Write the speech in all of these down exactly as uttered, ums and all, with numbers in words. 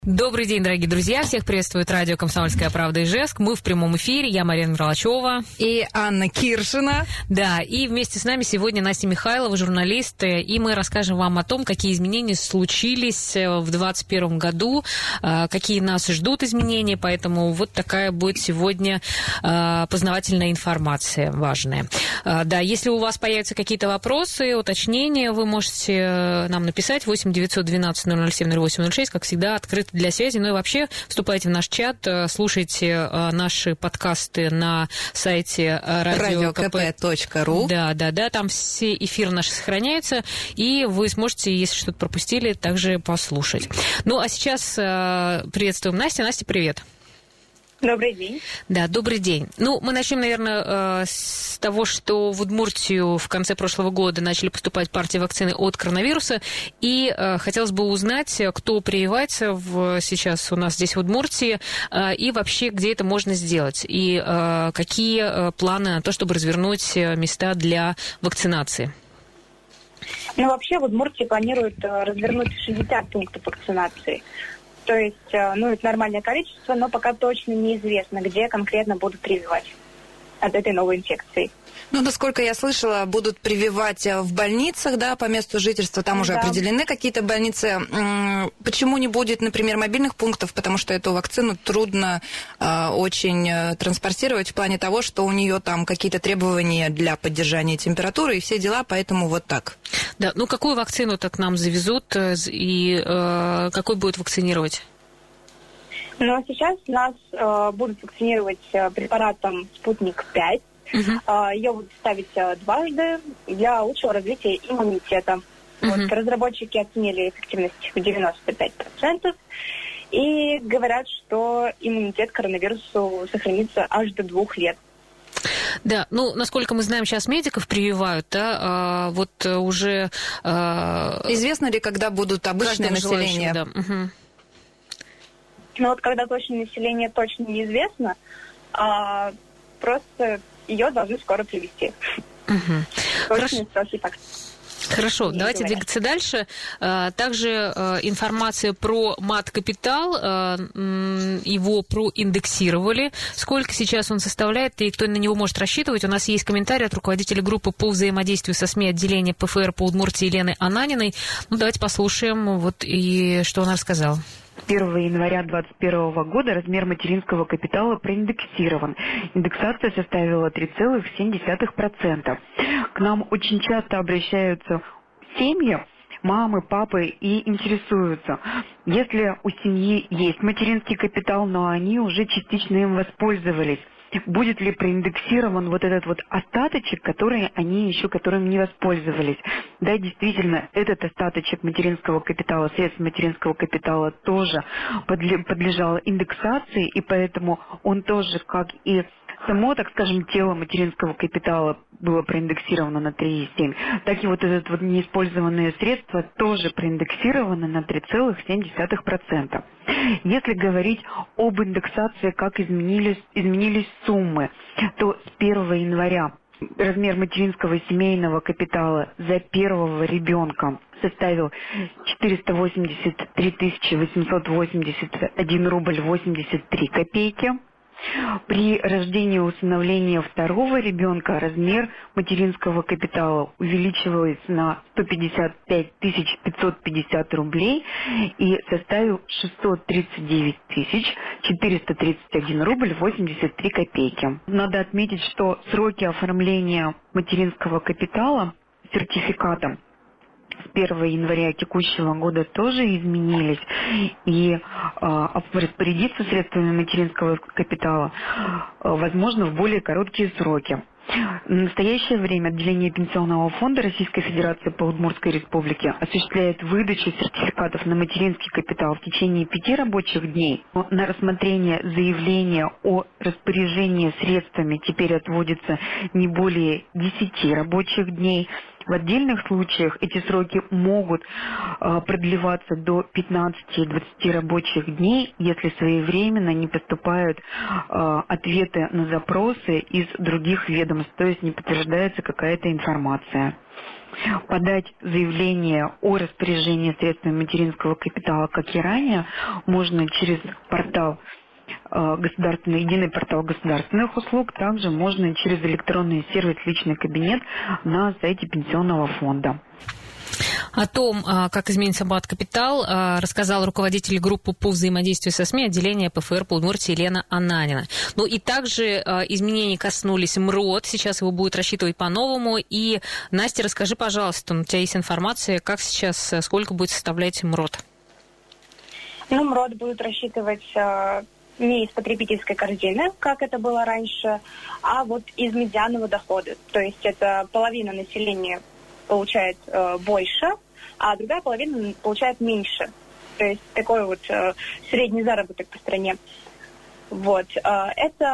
Добрый день, дорогие друзья. Всех приветствует радио «Комсомольская правда» Ижевск. Мы в прямом эфире. Я Марина Мерлачева. И Анна Киршина. Да, и вместе с нами сегодня Настя Михайлова, журналист. И мы расскажем вам о том, какие изменения случились в двадцать первом году, какие нас ждут изменения. Поэтому вот такая будет сегодня познавательная информация важная. Да, если у вас появятся какие-то вопросы, уточнения, вы можете нам написать восемь девятьсот двенадцать ноль ноль семь ноль восемь ноль шесть, как всегда, открыт для связи. Ну и вообще вступайте в наш чат, слушайте наши подкасты на сайте радио ка пэ точка ру. Да, да, да, там все эфиры наши сохраняются, и вы сможете, если что-то пропустили, также послушать. Ну а сейчас приветствуем Настю. Настя, привет. Добрый день. Да, добрый день. Ну, мы начнем, наверное, с того, что в Удмуртию в конце прошлого года начали поступать партии вакцины от коронавируса. И э, хотелось бы узнать, кто прививается в, сейчас у нас здесь в Удмуртии, э, и вообще, где это можно сделать, и э, какие э, планы на то, чтобы развернуть места для вакцинации. Ну, вообще в Удмуртии планируют э, развернуть шестьдесят пунктов вакцинации. То есть, ну, это нормальное количество, но пока точно неизвестно, где конкретно будут прививать от этой новой инфекции. Ну, насколько я слышала, будут прививать в больницах, да, по месту жительства. Там уже да. определены какие-то больницы. Почему не будет, например, мобильных пунктов? Потому что эту вакцину трудно э, очень транспортировать в плане того, что у нее там какие-то требования для поддержания температуры и все дела, поэтому вот так. Да, ну какую вакцину-то к нам завезут и э, какой будут вакцинировать? Ну, сейчас нас э, будут вакцинировать препаратом «Спутник пять». Uh-huh. Ее будут ставить дважды для лучшего развития иммунитета. Uh-huh. Вот, разработчики оценили эффективность в девяносто пять процентов и говорят, что иммунитет к коронавирусу сохранится аж до двух лет. Да, ну, насколько мы знаем, сейчас медиков прививают, да, а, вот уже... А... Известно ли, когда будут обычное население? Да. Угу. Ну, вот когда точное население точно неизвестно, а, просто ее должны скоро привести. Угу. Точные сроки так. Хорошо, не давайте говорят. двигаться дальше. Также информация про мат-капитал, его проиндексировали. Сколько сейчас он составляет и кто на него может рассчитывать? У нас есть комментарий от руководителя группы по взаимодействию со СМИ отделения пэ эф эр по Удмуртии Елены Ананиной. Ну, давайте послушаем, вот и что она рассказала. С первого января две тысячи двадцать первого года размер материнского капитала проиндексирован. Индексация составила три целых семь десятых процента. К нам очень часто обращаются семьи, мамы, папы, и интересуются, если у семьи есть материнский капитал, но они уже частично им воспользовались, будет ли проиндексирован вот этот вот остаточек, который они еще, которым не воспользовались. Да, действительно, этот остаточек материнского капитала, средств материнского капитала тоже подлежал индексации, и поэтому он тоже, как и само, так скажем, тело материнского капитала было проиндексировано на три целых семь десятых, так и вот этот вот неиспользованные средства тоже проиндексированы на три целых семь десятых процента. Если говорить об индексации, как изменились, изменились суммы, то с первого января размер материнского семейного капитала за первого ребенка составил четыреста восемьдесят три тысячи восемьсот восемьдесят один рубль восемьдесят три копейки. При рождении и усыновлении второго ребенка размер материнского капитала увеличивается на сто пятьдесят пять тысяч пятьсот пятьдесят рублей и составил шестьсот тридцать девять тысяч четыреста тридцать один рубль восемьдесят три копейки. Надо отметить, что сроки оформления материнского капитала сертификатом с первого января текущего года тоже изменились, и э, распорядиться средствами материнского капитала э, возможно в более короткие сроки. В настоящее время отделение Пенсионного фонда Российской Федерации по Удмуртской Республике осуществляет выдачу сертификатов на материнский капитал в течение пяти рабочих дней. На рассмотрение заявления о распоряжении средствами теперь отводится не более десяти рабочих дней. В отдельных случаях эти сроки могут э, продлеваться до пятнадцати-двадцати рабочих дней, если своевременно не поступают э, ответы на запросы из других ведомств, то есть не подтверждается какая-то информация. Подать заявление о распоряжении средствами материнского капитала, как и ранее, можно через портал государственный, единый портал государственных услуг, также можно через электронный сервис «Личный кабинет» на сайте Пенсионного фонда. О том, как изменится мат-капитал, рассказал руководитель группы по взаимодействию со СМИ отделения ПФР по Удмуртии Елена Ананина. Ну и также изменений коснулись МРОТ. Сейчас его будут рассчитывать по-новому. И, Настя, расскажи, пожалуйста, у тебя есть информация, как сейчас, сколько будет составлять МРОТ? Ну, МРОТ будут рассчитывать не из потребительской корзины, как это было раньше, а вот из медианного дохода. То есть это половина населения получает э, больше, а другая половина получает меньше. То есть такой вот э, средний заработок по стране. Вот. Э, это,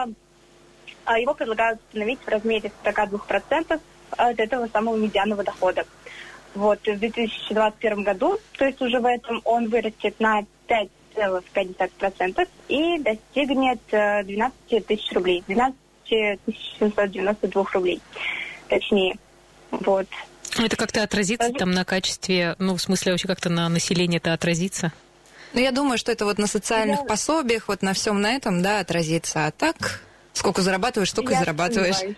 э, его предлагают установить в размере сорок два процента от этого самого медианного дохода. Вот. В две тысячи двадцать первом году, то есть уже в этом, он вырастет на пять целых пять десятых процента и достигнет э, двенадцать тысяч рублей. двенадцать тысяч семьсот девяносто два рублей. Точнее. Вот. Это как-то отразится там на качестве, ну, в смысле, вообще как-то на населении это отразится? Ну, я думаю, что это вот на социальных да. пособиях, вот на всем на этом, да, отразится. А так, сколько зарабатываешь, столько я и зарабатываешь.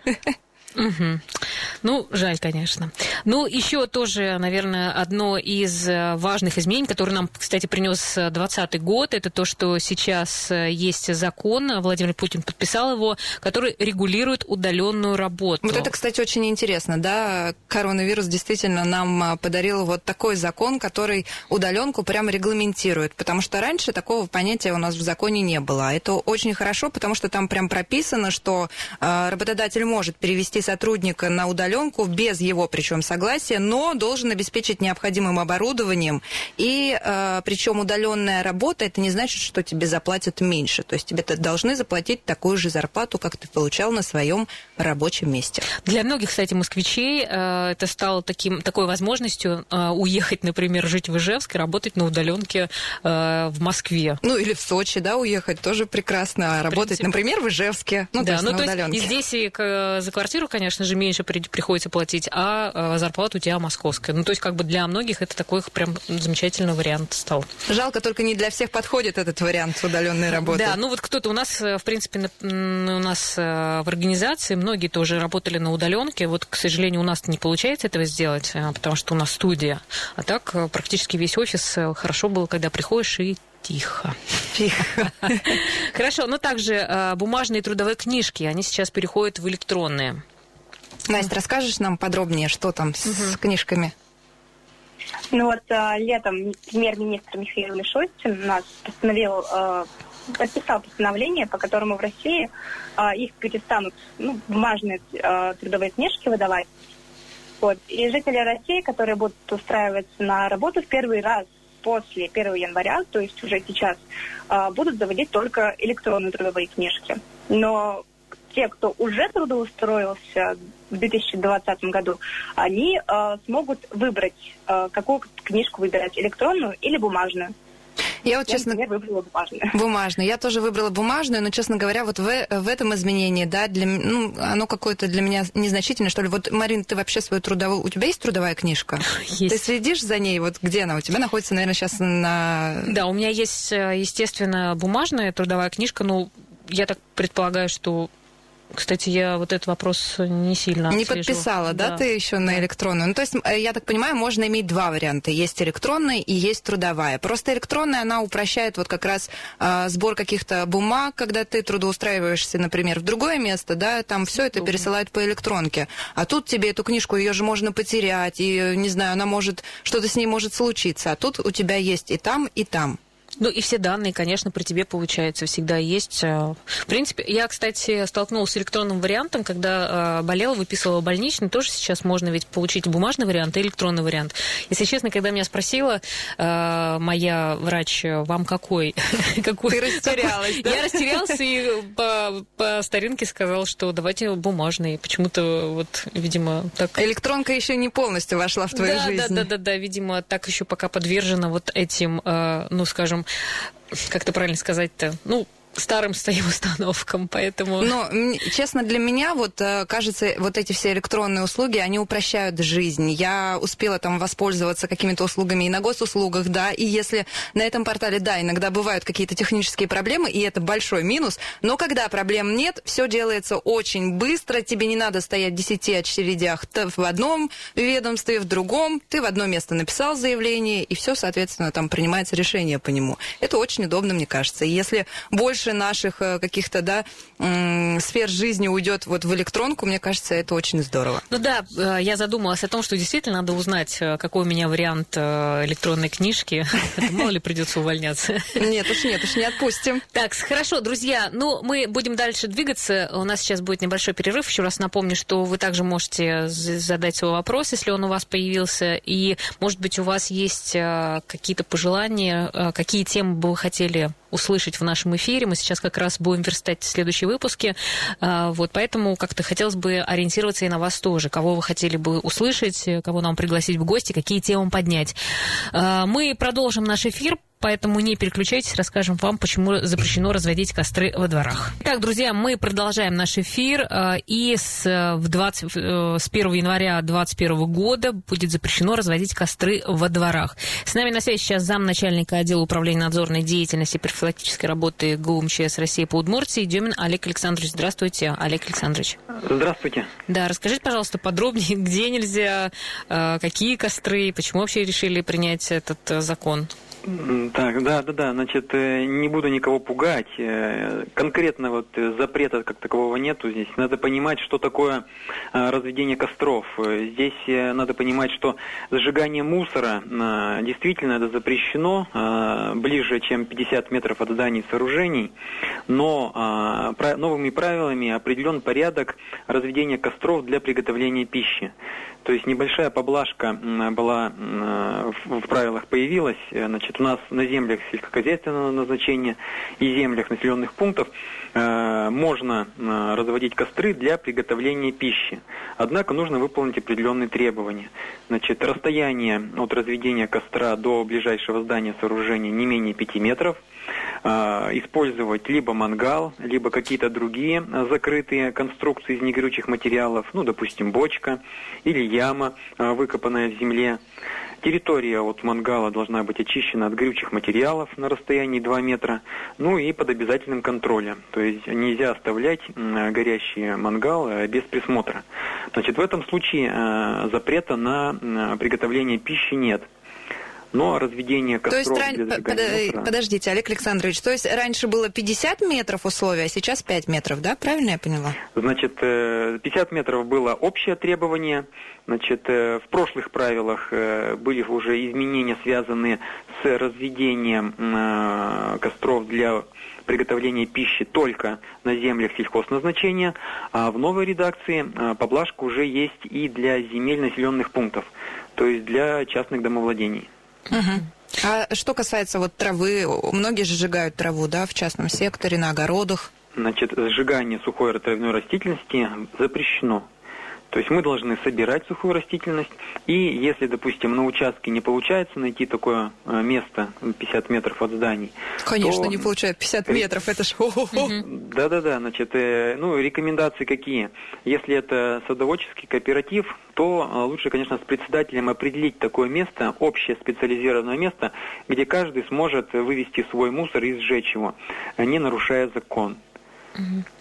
Угу. Ну, жаль, конечно. Ну, еще тоже, наверное, одно из важных изменений, которое нам, кстати, принес двадцатый год, это то, что сейчас есть закон, Владимир Путин подписал его, который регулирует удаленную работу. Вот это, кстати, очень интересно, да, коронавирус действительно нам подарил вот такой закон, который удаленку прямо регламентирует, потому что раньше такого понятия у нас в законе не было. Это очень хорошо, потому что там прям прописано, что э, работодатель может перевести сотрудника на удаленку без его, причем, согласия, но должен обеспечить необходимым оборудованием. И э, причем удаленная работа, это не значит, что тебе заплатят меньше. То есть тебе должны заплатить такую же зарплату, как ты получал на своем рабочем месте. Для многих, кстати, москвичей э, это стало таким, такой возможностью э, уехать, например, жить в Ижевск и работать на удаленке э, в Москве. Ну или в Сочи, да, уехать тоже прекрасно. А работать, например, в Ижевске. Ну, да, то есть ну, на то удаленке. Есть, и здесь и к, за квартиру, конечно же, меньше при, приходится платить, а зарплата у тебя московская. Ну, то есть, как бы для многих это такой прям замечательный вариант стал. Жалко, только не для всех подходит этот вариант удаленной работы. Да, ну вот кто-то у нас, в принципе, у нас в организации многие тоже работали на удаленке. Вот, к сожалению, у нас не получается этого сделать, потому что у нас студия. А так практически весь офис хорошо было, когда приходишь и тихо. Тихо. Хорошо, но также бумажные трудовые книжки, они сейчас переходят в электронные. Настя, расскажешь нам подробнее, что там с угу. книжками? Ну вот летом премьер-министр Михаил Мишустин у нас постановил, подписал постановление, по которому в России их перестанут ну, бумажные трудовые книжки выдавать. Вот. И жители России, которые будут устраиваться на работу в первый раз после первого января, то есть уже сейчас, будут заводить только электронные трудовые книжки. Но те, кто уже трудоустроился в две тысячи двадцатом году, они э, смогут выбрать, э, какую книжку выбирать, электронную или бумажную. Я вот, я, честно, например, выбрала бумажную. Бумажную. Я тоже выбрала бумажную, но, честно говоря, вот в, в этом изменении, да, для, ну, оно какое-то для меня незначительное, что ли. Вот, Марин, ты вообще свою трудовую... У тебя есть трудовая книжка? Есть. Ты следишь за ней? Вот где она? У тебя находится, наверное, сейчас на... Да, у меня есть, естественно, бумажная трудовая книжка, но я так предполагаю, что... Кстати, я вот этот вопрос не сильно Не отслеживаю. подписала, да, да, ты еще на да. электронную? Ну, то есть, я так понимаю, можно иметь два варианта. Есть электронная и есть трудовая. Просто электронная, она упрощает вот как раз э, сбор каких-то бумаг, когда ты трудоустраиваешься, например, в другое место, да, там все это пересылают по электронке. А тут тебе эту книжку, ее же можно потерять, и, не знаю, она может, что-то с ней может случиться. А тут у тебя есть и там, и там. Ну и все данные, конечно, при тебе, получается, всегда есть. В принципе, я, кстати, столкнулась с электронным вариантом, когда болела, выписывала больничный, тоже сейчас можно ведь получить бумажный вариант и электронный вариант. Если честно, когда меня спросила моя врач, вам какой? Ты растерялась, да? Я растерялась и по, по старинке сказала, что давайте бумажный. Почему-то вот, видимо, так... Электронка еще не полностью вошла в твою да, жизнь. Да, да, да, да, видимо, так еще пока подвержена вот этим, ну, скажем, как это правильно сказать-то, ну, старым своим установкам, поэтому... Но, честно, для меня, вот, кажется, вот эти все электронные услуги, они упрощают жизнь. Я успела там воспользоваться какими-то услугами и на госуслугах, да, и если на этом портале, да, иногда бывают какие-то технические проблемы, и это большой минус, но когда проблем нет, все делается очень быстро, тебе не надо стоять в десяти очередях в одном ведомстве, в другом, ты в одно место написал заявление, и все, соответственно, там принимается решение по нему. Это очень удобно, мне кажется. И если больше наших каких-то, да, сфер жизни уйдет вот в электронку, мне кажется, это очень здорово. Ну да, я задумалась о том, что действительно надо узнать, какой у меня вариант электронной книжки. Мало ли придется увольняться. Нет уж, нет уж, не отпустим. Так, хорошо, друзья, ну мы будем дальше двигаться. У нас сейчас будет небольшой перерыв. Еще раз напомню, что вы также можете задать свой вопрос, если он у вас появился. И, может быть, у вас есть какие-то пожелания, какие темы бы вы хотели услышать в нашем эфире. Мы сейчас как раз будем верстать следующие выпуски. Вот, поэтому как-то хотелось бы ориентироваться и на вас тоже. Кого вы хотели бы услышать, кого нам пригласить в гости, какие темы поднять. Мы продолжим наш эфир. Поэтому не переключайтесь, расскажем вам, почему запрещено разводить костры во дворах. Итак, друзья, мы продолжаем наш эфир. И с, двадцать, с первого января двадцать первого года будет запрещено разводить костры во дворах. С нами на связи сейчас замначальника отдела управления надзорной деятельности и профилактической работы ГУ МЧС России по Удмуртии Демин Олег Александрович. Здравствуйте, Олег Александрович. Здравствуйте. Да, расскажите, пожалуйста, подробнее, где нельзя, какие костры, почему вообще решили принять этот закон? Так, да, да, да, значит, не буду никого пугать. Конкретно вот запрета как такового нету здесь. Надо понимать, что такое разведение костров. Здесь надо понимать, что сжигание мусора действительно это запрещено ближе, чем пятьдесят метров от зданий и сооружений, но новыми правилами определен порядок разведения костров для приготовления пищи. То есть небольшая поблажка была в правилах появилась. Значит, у нас на землях сельскохозяйственного назначения и землях населенных пунктов можно разводить костры для приготовления пищи. Однако нужно выполнить определенные требования. Значит, расстояние от разведения костра до ближайшего здания сооружения не менее пяти метров. Использовать либо мангал, либо какие-то другие закрытые конструкции из негорючих материалов, ну, допустим, бочка или яма, выкопанная в земле. Территория от мангала должна быть очищена от горючих материалов на расстоянии два метра, ну и под обязательным контролем. То есть нельзя оставлять горящий мангал без присмотра. Значит, в этом случае запрета на приготовление пищи нет. Но разведение костров... То есть, ран... Под... мусора... Подождите, Олег Александрович, то есть раньше было пятьдесят метров условия, а сейчас пять метров, да? Правильно я поняла? Значит, пятьдесят метров было общее требование. Значит, в прошлых правилах были уже изменения, связанные с разведением костров для приготовления пищи только на землях сельхозназначения, а в новой редакции поблажка уже есть и для земель населенных пунктов, то есть для частных домовладений. Угу. А что касается вот травы, многие же сжигают траву, да, в частном секторе, на огородах? Значит, сжигание сухой травяной растительности запрещено. То есть мы должны собирать сухую растительность, и если, допустим, на участке не получается найти такое место, пятьдесят метров от зданий... Конечно, то... не получается пятьдесят метров, это ж... Да-да-да, значит, ну, рекомендации какие? Если это садоводческий кооператив, то лучше, конечно, с председателем определить такое место, общее специализированное место, где каждый сможет вывести свой мусор и сжечь его, не нарушая закон.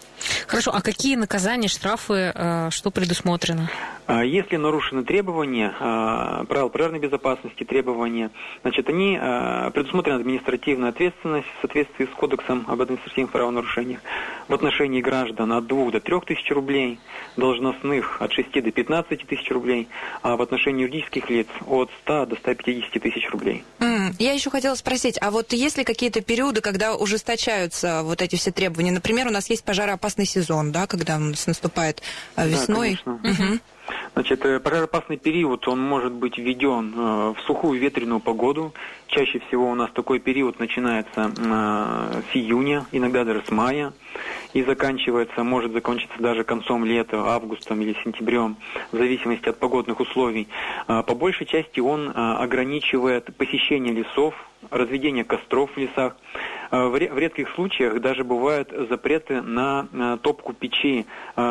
Хорошо, а какие наказания, штрафы, что предусмотрено? Если нарушены требования, правил пожарной безопасности, требования, значит, они предусмотрены административная ответственность в соответствии с Кодексом об административных правонарушениях в отношении граждан от двух до трех тысяч рублей, должностных от шести до пятнадцати тысяч рублей, а в отношении юридических лиц от ста до ста пятидесяти тысяч рублей. Mm, я еще хотела спросить, а вот есть ли какие-то периоды, когда ужесточаются вот эти все требования? Например, у нас есть пожароопасный сезон, да, когда у нас наступает весной. Да, конечно. Угу. Значит, пожароопасный период, он может быть введен в сухую ветреную погоду. Чаще всего у нас такой период начинается с июня, иногда даже с мая, и заканчивается, может закончиться даже концом лета, августом или сентябрем, в зависимости от погодных условий. По большей части он ограничивает посещение лесов, разведение костров в лесах. В редких случаях даже бывают запреты на топку печи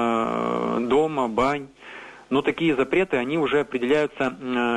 дома, бань. Но такие запреты, они уже определяются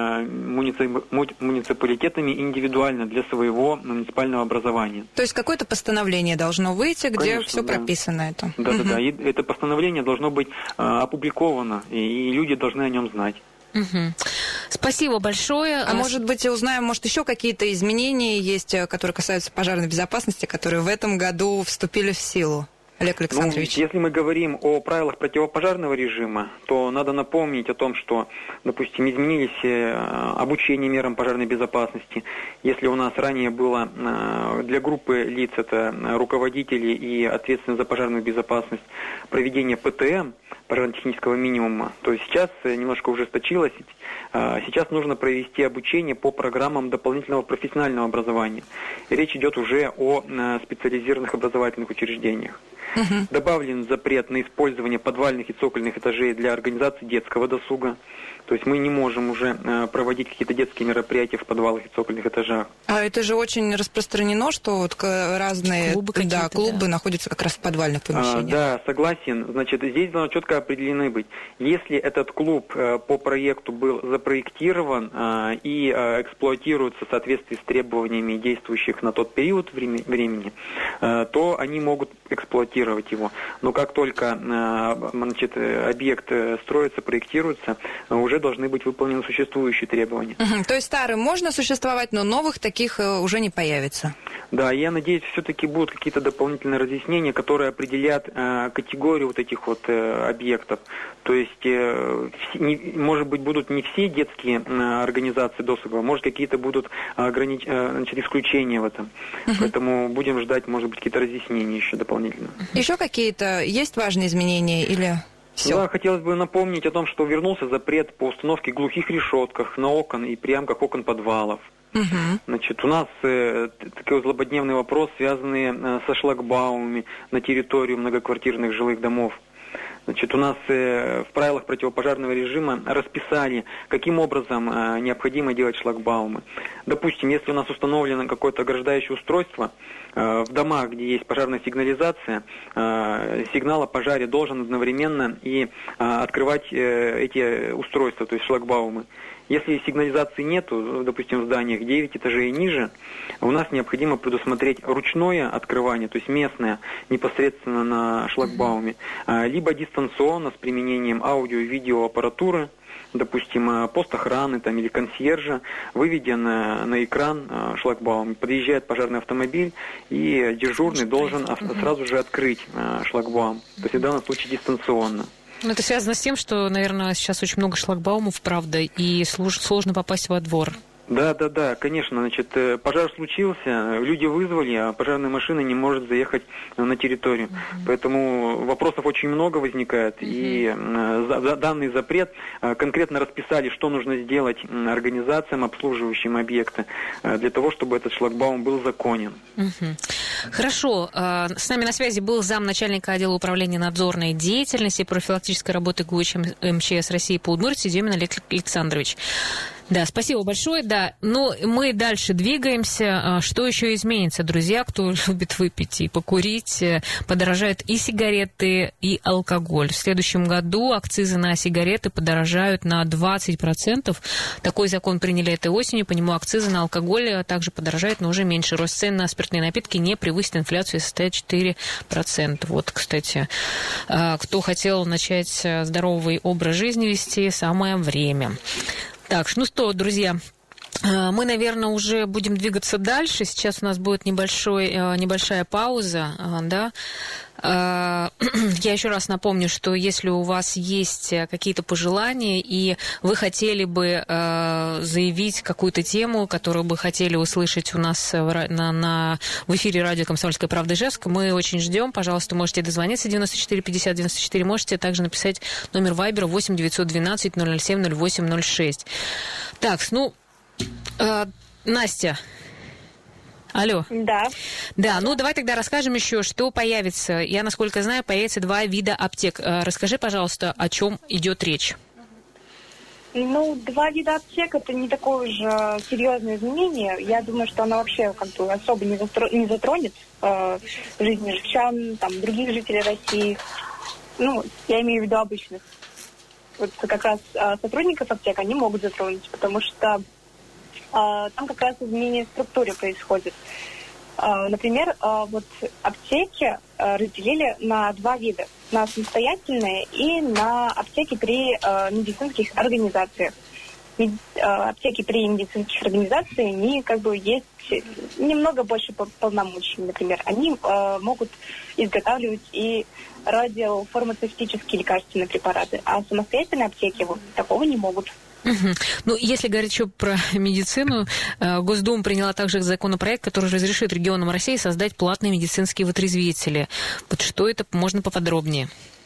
муниципалитетами индивидуально для своего муниципального образования. То есть какое-то постановление должно выйти, где Конечно, все да. прописано это? Да, угу. да, да. И это постановление должно быть опубликовано, и люди должны о нем знать. Угу. Спасибо большое. А может быть, узнаем, может, еще какие-то изменения есть, которые касаются пожарной безопасности, которые в этом году вступили в силу? Олег Александрович. Ну, если мы говорим о правилах противопожарного режима, то надо напомнить о том, что, допустим, изменились обучение мерам пожарной безопасности. Если у нас ранее было для группы лиц, это руководители и ответственные за пожарную безопасность, проведение ПТМ, пожарно-технического минимума, то сейчас немножко ужесточилось. Сейчас нужно провести обучение по программам дополнительного профессионального образования. И речь идет уже о специализированных образовательных учреждениях. Угу. Добавлен запрет на использование подвальных и цокольных этажей для организации детского досуга. То есть мы не можем уже э, проводить какие-то детские мероприятия в подвалах и цокольных этажах. А это же очень распространено, что вот разные клубы, да, клубы да. находятся как раз в подвальных помещениях. А, да, согласен. Значит, здесь должно четко определены быть. Если этот клуб э, по проекту был запроектирован э, и э, эксплуатируется в соответствии с требованиями действующих на тот период времени, времени э, то они могут эксплуатировать его. Но как только э, значит, объект строится, проектируется, уже должны быть выполнены существующие требования. Угу. То есть старым можно существовать, но новых таких уже не появится? Да, я надеюсь, все-таки будут какие-то дополнительные разъяснения, которые определят э, категорию вот этих вот э, объектов. То есть, э, не, может быть, будут не все детские э, организации досуга, может, какие-то будут огранич... э, значит, исключения в этом. Угу. Поэтому будем ждать, может быть, какие-то разъяснения еще дополнительно. Еще какие-то есть важные изменения или... Все. Да, хотелось бы напомнить о том, что вернулся запрет по установке глухих решетках на окон и приемках окон подвалов. Угу. Значит, у нас э, такой злободневный вопрос, связанный э, со шлагбаумами на территорию многоквартирных жилых домов. Значит, у нас э, в правилах противопожарного режима расписали, каким образом э, необходимо делать шлагбаумы. Допустим, если у нас установлено какое-то ограждающее устройство, э, в домах, где есть пожарная сигнализация, э, сигнал о пожаре должен одновременно и э, открывать э, эти устройства, то есть шлагбаумы. Если сигнализации нету, допустим, в зданиях девять этажей и ниже, у нас необходимо предусмотреть ручное открывание, то есть местное, непосредственно на шлагбауме, либо дистанционно с применением аудио- и видеоаппаратуры, допустим, пост охраны там, или консьержа, выведен на экран шлагбаум, подъезжает пожарный автомобиль, и дежурный должен сразу же открыть шлагбаум, то есть в данном случае дистанционно. Ну, это связано с тем, что, наверное, сейчас очень много шлагбаумов, правда, и сложно попасть во двор. Да, да, да, конечно. Значит, пожар случился, люди вызвали, а пожарная машина не может заехать на территорию. Uh-huh. Поэтому вопросов очень много возникает. Uh-huh. И за, за данный запрет конкретно расписали, что нужно сделать организациям, обслуживающим объекты, для того, чтобы этот шлагбаум был законен. Uh-huh. Хорошо. С нами на связи был замначальника отдела управления надзорной деятельности и профилактической работы ГУЧ МЧС России по Удмуртии Демин Олег Александрович. Да, спасибо большое. Да, ну мы дальше двигаемся. Что еще изменится, друзья? Кто любит выпить и покурить, подорожают и сигареты, и алкоголь. В следующем году акцизы на сигареты подорожают на двадцать процентов. Такой закон приняли этой осенью. По нему акцизы на алкоголь также подорожают, но уже меньше. Рост цен на спиртные напитки не превысит инфляцию и составит четыре процента. Вот, кстати, кто хотел начать здоровый образ жизни вести, самое время. Так, ну что, друзья, мы, наверное, уже будем двигаться дальше. Сейчас у нас будет небольшой, небольшая пауза, да. Я еще раз напомню, что если у вас есть какие-то пожелания, и вы хотели бы заявить какую-то тему, которую бы хотели услышать у нас на, на, в эфире радио «Комсомольская правда» Ижевск, мы очень ждем. Пожалуйста, можете дозвониться девяносто четыре пятьдесят девяносто четыре. Можете также написать номер Вайбера восемь девятьсот двенадцать ноль ноль семь ноль восемь ноль шесть. Так, ну, э, Настя. Алло. Да. Да, ну давай тогда расскажем еще, что появится. Я, насколько знаю, появится два вида аптек. Расскажи, пожалуйста, о чем идет речь. Ну, два вида аптек – это не такое же серьезное изменение. Я думаю, что оно вообще как бы особо не, затро... не затронет э, жизнь ижевчан, там, других жителей России. Ну, я имею в виду обычных. Вот как раз э, сотрудников аптек они могут затронуть, потому что там как раз изменение в структуре происходит. Например, вот аптеки разделили на два вида. На самостоятельные и на аптеки при медицинских организациях. Аптеки при медицинских организациях, они как бы есть немного больше полномочий. Например, они могут изготавливать и радиофармацевтические лекарственные препараты, а самостоятельные аптеки вот такого не могут. Угу. Ну, если говорить еще про медицину, Госдума приняла также законопроект, который разрешит регионам России создать платные медицинские вытрезвители. Вот что это, можно поподробнее?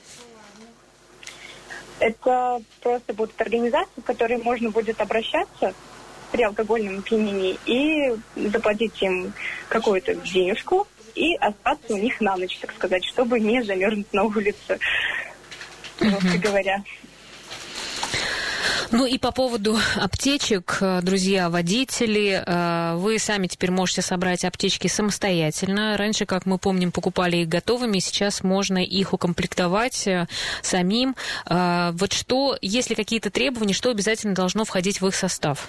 Это просто будут организации, в которые можно будет обращаться при алкогольном опьянении и заплатить им какую-то денежку и остаться у них на ночь, так сказать, чтобы не замерзнуть на улице, просто говоря. Ну и по поводу аптечек, друзья, водители, вы сами теперь можете собрать аптечки самостоятельно. Раньше, как мы помним, покупали их готовыми, сейчас можно их укомплектовать самим. Вот что, есть ли какие-то требования, что обязательно должно входить в их состав?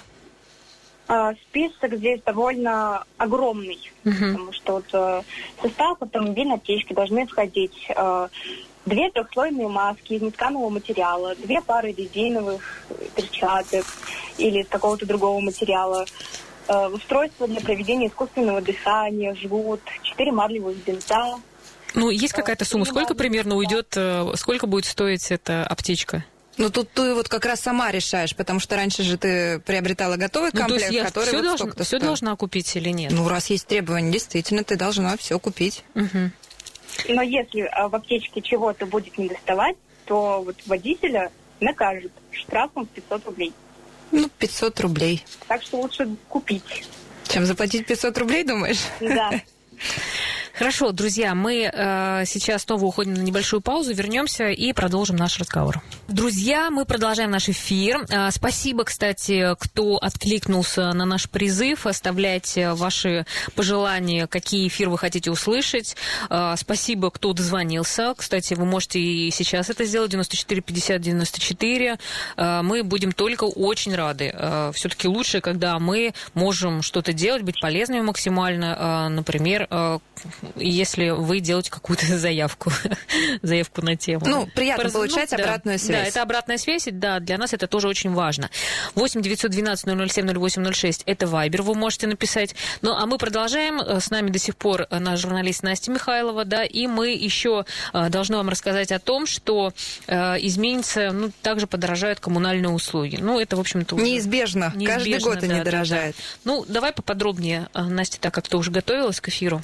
Список здесь довольно огромный, uh-huh. потому что вот в состав автомобильной аптечки должны входить две трехслойные маски из нетканого материала, две пары резиновых перчаток или из какого-то другого материала, э, устройство для проведения искусственного дыхания, жгут, четыре марлевых бинта. Ну, есть какая-то сумма? Сколько примерно уйдет, сколько будет стоить эта аптечка? Ну, тут ты вот как раз сама решаешь, потому что раньше же ты приобретала готовый ну, комплект, который все вот должна, сколько-то все стоит. должна купить или нет? Ну, раз есть требования, действительно, ты должна все купить. Угу. Но если в аптечке чего-то будет недоставать, то вот водителя накажут штрафом в пятьсот рублей. Ну, пятьсот рублей. Так что лучше купить. Чем заплатить пятьсот рублей, думаешь? Да. Хорошо, друзья, мы э, сейчас снова уходим на небольшую паузу, вернемся и продолжим наш разговор. Друзья, мы продолжаем наш эфир. Э, спасибо, кстати, кто откликнулся на наш призыв. Оставляйте ваши пожелания, какие эфиры вы хотите услышать. Э, спасибо, кто дозвонился. Кстати, вы можете и сейчас это сделать. девяносто четыре пятьдесят девяносто четыре. Э, мы будем только очень рады. Э, все-таки лучше, когда мы можем что-то делать, быть полезными максимально. Э, например, э, если вы делаете какую-то заявку, заявку на тему. Ну, приятно Пораз... получать ну, обратную да, связь. Да, это обратная связь, да, для нас это тоже очень важно. восемь девятьсот двенадцать ноль ноль семь ноль восемь ноль шесть, это Вайбер, вы можете написать. Ну, а мы продолжаем. С нами до сих пор наш журналист Настя Михайлова, да, и мы еще должны вам рассказать о том, что изменится, ну, также подорожают коммунальные услуги. Ну, это, в общем-то... Неизбежно. Неизбежно. Каждый год да, они да, дорожают. Да. Ну, давай поподробнее, Настя, так как ты уже готовилась к эфиру.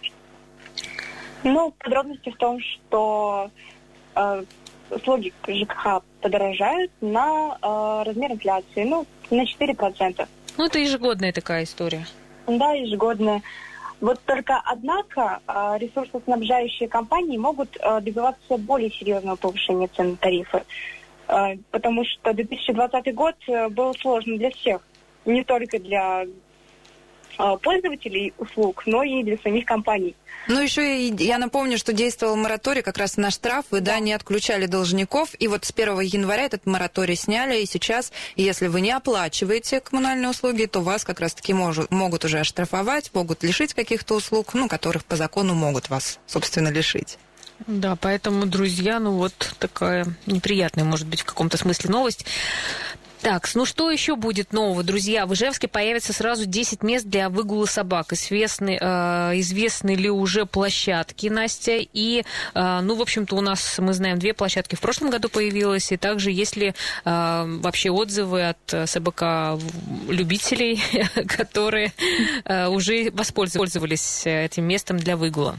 Ну, подробности в том, что э, услуги ЖКХ подорожают на э, размер инфляции, ну, на четыре процента. Ну, это ежегодная такая история. Да, ежегодная. Вот только, однако, э, ресурсоснабжающие компании могут э, добиваться более серьезного повышения цен на тарифы. потому что две тысячи двадцатый год был сложным для всех, не только для пользователей услуг, но и для самих компаний. Ну, еще и я напомню, что действовал мораторий как раз на штрафы, да, не отключали должников, и вот с первого января этот мораторий сняли, и сейчас, если вы не оплачиваете коммунальные услуги, то вас как раз-таки может, могут уже оштрафовать, могут лишить каких-то услуг, ну, которых по закону могут вас, собственно, лишить. Да, поэтому, друзья, ну вот такая неприятная, может быть, в каком-то смысле новость. Так, ну что еще будет нового, друзья? В Ижевске появится сразу десять мест для выгула собак. Известны, э, известны ли уже площадки, Настя? И, э, ну, в общем-то, у нас, мы знаем, две площадки в прошлом году появилось. И также есть ли э, вообще отзывы от собак-любителей, которые э, уже воспользовались этим местом для выгула?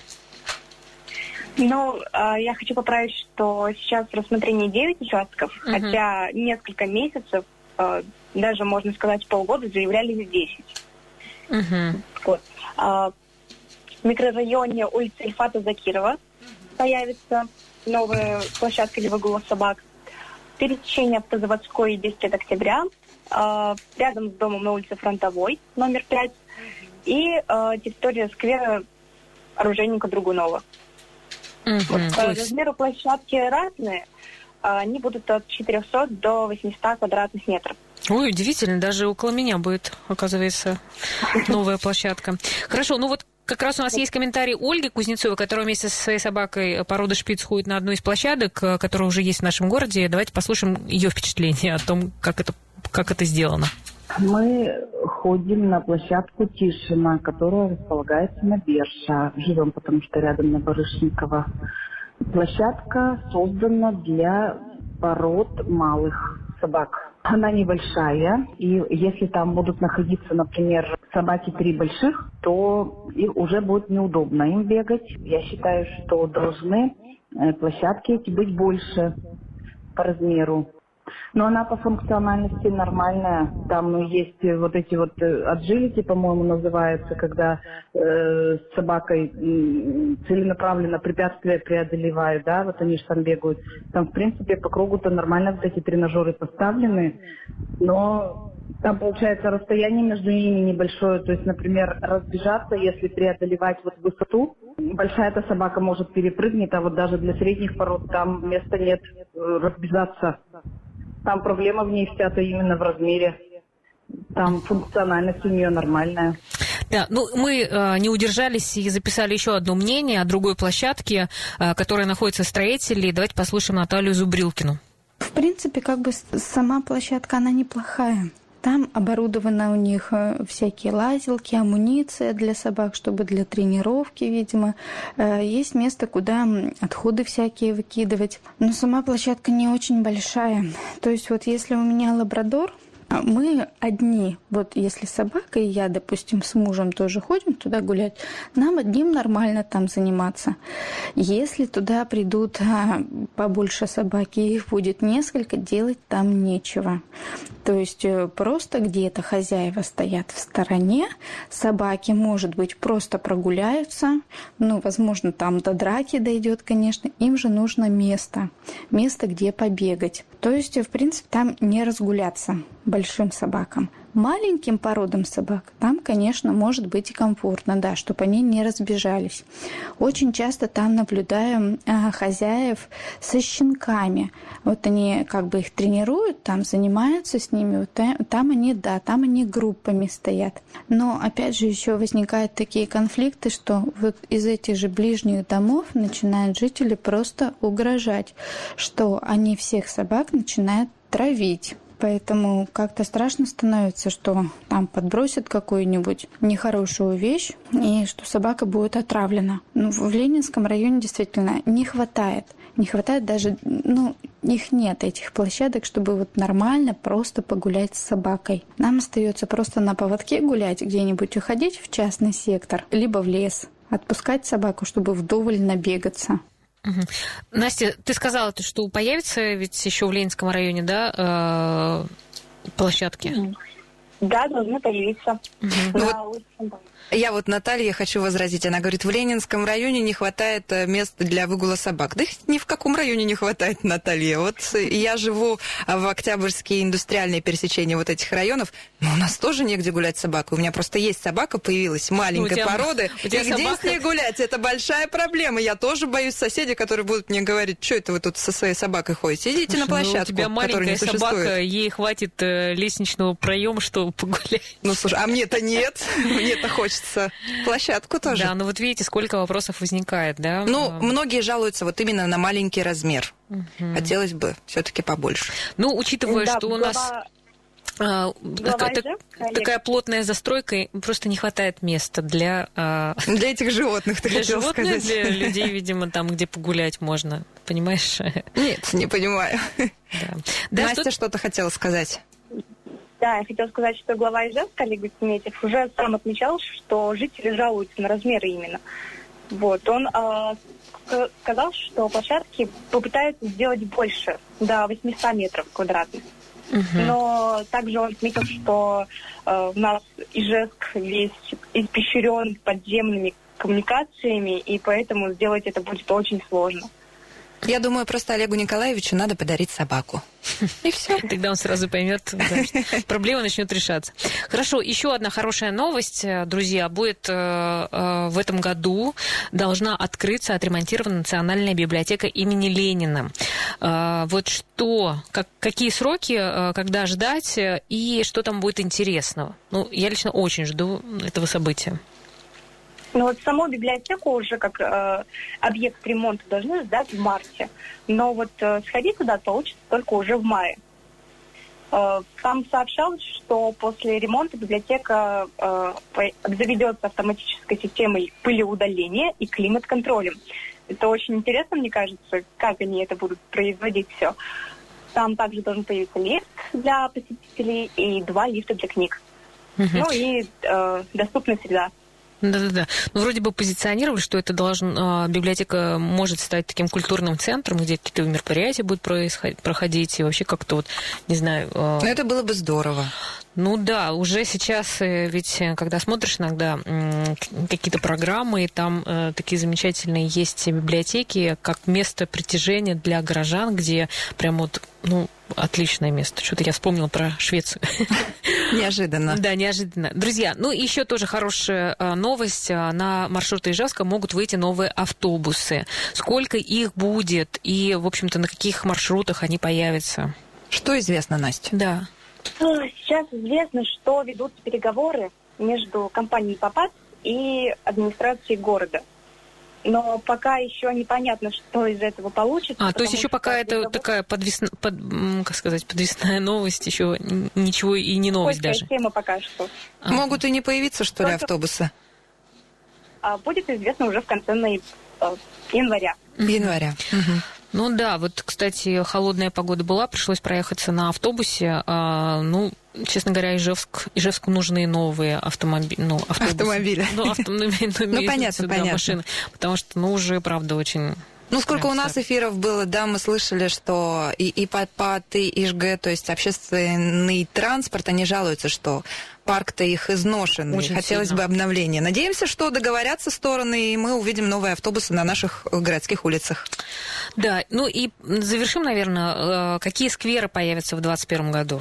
Ну, я хочу поправить, что сейчас в рассмотрении девять участков, uh-huh. хотя несколько месяцев, даже, можно сказать, полгода заявлялись десять. Uh-huh. Вот. В микрорайоне улицы Ильфата Закирова появится новая площадка для выгула собак. Пересечение Автозаводской десять лет октября, рядом с домом на улице Фронтовой, номер пять, и территория сквера оружейника Драгунова. Uh-huh. Вот, по есть... размеру площадки разные, они будут от четырехсот до восьмисот квадратных метров. Ой, удивительно, даже около меня будет, оказывается, новая площадка. Хорошо, ну вот как раз у нас есть комментарий Ольги Кузнецовой, которая вместе со своей собакой породы шпиц ходит на одну из площадок, которая уже есть в нашем городе. Давайте послушаем ее впечатление о том, как это, как это сделано. Мы ходим на площадку Тишина, которая располагается на Берша. Живем, потому что рядом на Барышникова. Площадка создана для пород малых собак. Она небольшая, и если там будут находиться, например, собаки три больших, то их уже будет неудобно им бегать. Я считаю, что должны площадки эти быть больше по размеру. Но она по функциональности нормальная. Там ну, есть вот эти вот agility, по-моему, называются, когда э, с собакой э, целенаправленно препятствия преодолевают, да, вот они же там бегают. Там, в принципе, по кругу-то нормально вот эти тренажеры поставлены, но там, получается, расстояние между ними небольшое. То есть, например, разбежаться, если преодолевать вот высоту, большая-то собака может перепрыгнуть, а вот даже для средних пород там места нет разбежаться. Там проблема в ней вся-то именно в размере. Там функциональность у нее нормальная. Да, ну мы э, не удержались и записали еще одно мнение о другой площадке, э, которая находится в строителе. Давайте послушаем Наталью Зубрилкину. В принципе, как бы сама площадка, она неплохая. Там оборудованы у них всякие лазилки, амуниция для собак, чтобы для тренировки, видимо. Есть место, куда отходы всякие выкидывать. Но сама площадка не очень большая. То есть вот если у меня лабрадор, мы одни, вот если собака и я, допустим, с мужем тоже ходим туда гулять, нам одним нормально там заниматься. Если туда придут а, побольше собаки, их будет несколько, делать там нечего. То есть просто где-то хозяева стоят в стороне, собаки, может быть, просто прогуляются, ну, возможно, там до драки дойдет, конечно, им же нужно место, место, где побегать. То есть, в принципе, там не разгуляться большим собакам. Маленьким породам собак там, конечно, может быть и комфортно, да, чтобы они не разбежались. Очень часто там наблюдаем а, хозяев со щенками. Вот они как бы их тренируют, там занимаются с ними, вот там, там они, да, там они группами стоят. Но опять же еще возникают такие конфликты, что вот из этих же ближних домов начинают жители просто угрожать, что они всех собак начинают травить. Поэтому как-то страшно становится, что там подбросят какую-нибудь нехорошую вещь и что собака будет отравлена. Ну, в Ленинском районе действительно не хватает. Не хватает даже, ну, их нет, этих площадок, чтобы вот нормально просто погулять с собакой. Нам остается просто на поводке гулять, где-нибудь уходить в частный сектор, либо в лес, отпускать собаку, чтобы вдоволь набегаться. Угу. Настя, ты сказала, что появится ведь еще в Ленинском районе, да, площадки? Да, должны появиться. Угу. Ну, вот, Я вот Наталье хочу возразить. Она говорит, в Ленинском районе не хватает места для выгула собак. Да ни в каком районе не хватает, Наталья. Вот я живу в Октябрьске, индустриальное пересечение вот этих районов, но у нас тоже негде гулять с собакой. У меня просто есть собака, появилась маленькой тебя, породы. И где собака... с ней гулять? Это большая проблема. Я тоже боюсь соседей, которые будут мне говорить, что это вы тут со своей собакой ходите. Идите на площадку, ну, у тебя маленькая собака, ей хватит э, лестничного проема, чтобы погулять. Ну, слушай, а мне-то нет. Мне-то хочется площадку тоже. Да, ну вот видите, сколько вопросов возникает, да? Ну, многие жалуются вот именно на маленький размер. Угу. Хотелось бы все-таки побольше. Ну, учитывая, да, что у нас а, так, такая плотная застройка, просто не хватает места для... А, для этих животных, ты для хотела животных, сказать. Для людей, видимо, там, где погулять можно. Понимаешь? Нет, не понимаю. Да. Да, Настя что... что-то хотела сказать. Да, я хотела сказать, что глава Ижевска Олег Бессеметьев уже сам отмечал, что жители жалуются на размеры именно. Вот, он э, сказал, что площадки попытаются сделать больше, до восемьсот метров квадратных. Uh-huh. Но также он отметил, что э, у нас Ижевск весь испещрен подземными коммуникациями, и поэтому сделать это будет очень сложно. Я думаю, просто Олегу Николаевичу надо подарить собаку. И все. Тогда он сразу поймет, да, проблема начнет решаться. Хорошо, еще одна хорошая новость, друзья, будет э, э, в этом году должна открыться отремонтированная национальная библиотека имени Ленина. Э, вот что, как, какие сроки, э, когда ждать и что там будет интересного? Ну, я лично очень жду этого события. Ну вот саму библиотеку уже как э, объект ремонта должны сдать в марте. Но вот э, сходить туда получится только уже в мае. Э, там сообщалось, что после ремонта библиотека э, заведется автоматической системой пылеудаления и климат-контролем. Это очень интересно, мне кажется, как они это будут производить все. Там также должен появиться лифт для посетителей и два лифта для книг. Угу. Ну и э, доступная среда. Да-да-да. Ну, вроде бы позиционировали, что это должен, библиотека может стать таким культурным центром, где какие-то мероприятия будут происходить, проходить, и вообще как-то вот, не знаю... Но это было бы здорово. Ну да, уже сейчас, ведь когда смотришь иногда какие-то программы, и там такие замечательные есть библиотеки, как место притяжения для горожан, где прям вот, ну, отличное место. Что-то я вспомнила про Швецию. Неожиданно. Да, неожиданно. Друзья, ну еще тоже хорошая новость. На маршруты Ижевска могут выйти новые автобусы. Сколько их будет и, в общем-то, на каких маршрутах они появятся? Что известно, Настя? Да. Сейчас известно, что ведутся переговоры между компанией «Попас» и администрацией города. Но пока еще непонятно, что из этого получится. А, то есть еще пока это переговор... такая подвесная, под, как сказать, подвесная новость, еще ничего и не новость Сколько даже. Тема пока что. А. Могут и не появиться, что ли, Только... автобусы? А, будет известно уже в конце ноября, января. Января. Угу. Ну да, вот, кстати, холодная погода была, пришлось проехаться на автобусе. А, ну, честно говоря, Ижевск, Ижевску нужны новые автомоби... ну, автобусы. автомобили. Ну, автомобили. Ну, понятно, понятно. Машины, потому что, ну, уже, правда, очень... Ну, сколько у нас эфиров было, да, мы слышали, что и, и ПАТ, и ИЖГ, то есть общественный транспорт, они жалуются, что парк-то их изношенный, очень хотелось сильно бы обновления. Надеемся, что договорятся стороны, и мы увидим новые автобусы на наших городских улицах. Да, ну и завершим, наверное, какие скверы появятся в двадцать первом году?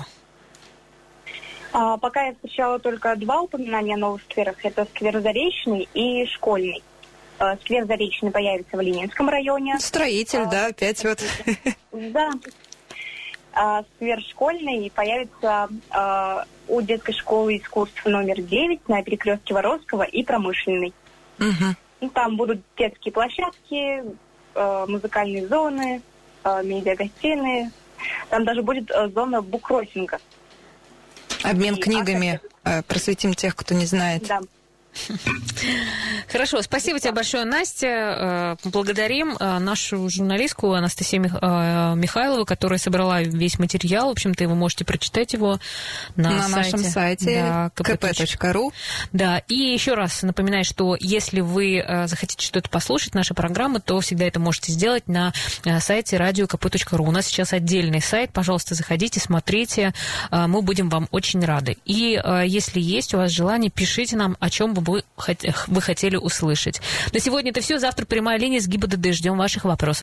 А, пока я встречала только два упоминания о новых скверах. Это сквер Заречный и Школьный. Сквер Заречный появится в Ленинском районе. Строитель, а, да, опять вот. Да. А сквер Школьный появится а, у детской школы искусств номер девять на перекрестке Воровского и Промышленной. Угу. Ну, там будут детские площадки, а, музыкальные зоны, а, медиагостиные. Там даже будет а, зона буккроссинга. Обмен и книгами. А, просветим тех, кто не знает. Да. Хорошо, спасибо тебе большое, Настя. Благодарим нашу журналистку Анастасию Михайлову, которая собрала весь материал. В общем-то, вы можете прочитать его на, на сайте, нашем сайте да, ка пэ точка ру. Да, и еще раз напоминаю, что если вы захотите что-то послушать, наши программы, то всегда это можете сделать на сайте радио ка пэ точка ру. У нас сейчас отдельный сайт, пожалуйста, заходите, смотрите, мы будем вам очень рады. И если есть у вас желание, пишите нам, о чем вы бы вы хотели услышать. На сегодня это все. Завтра прямая линия с ГИБДД. Ждем ваших вопросов.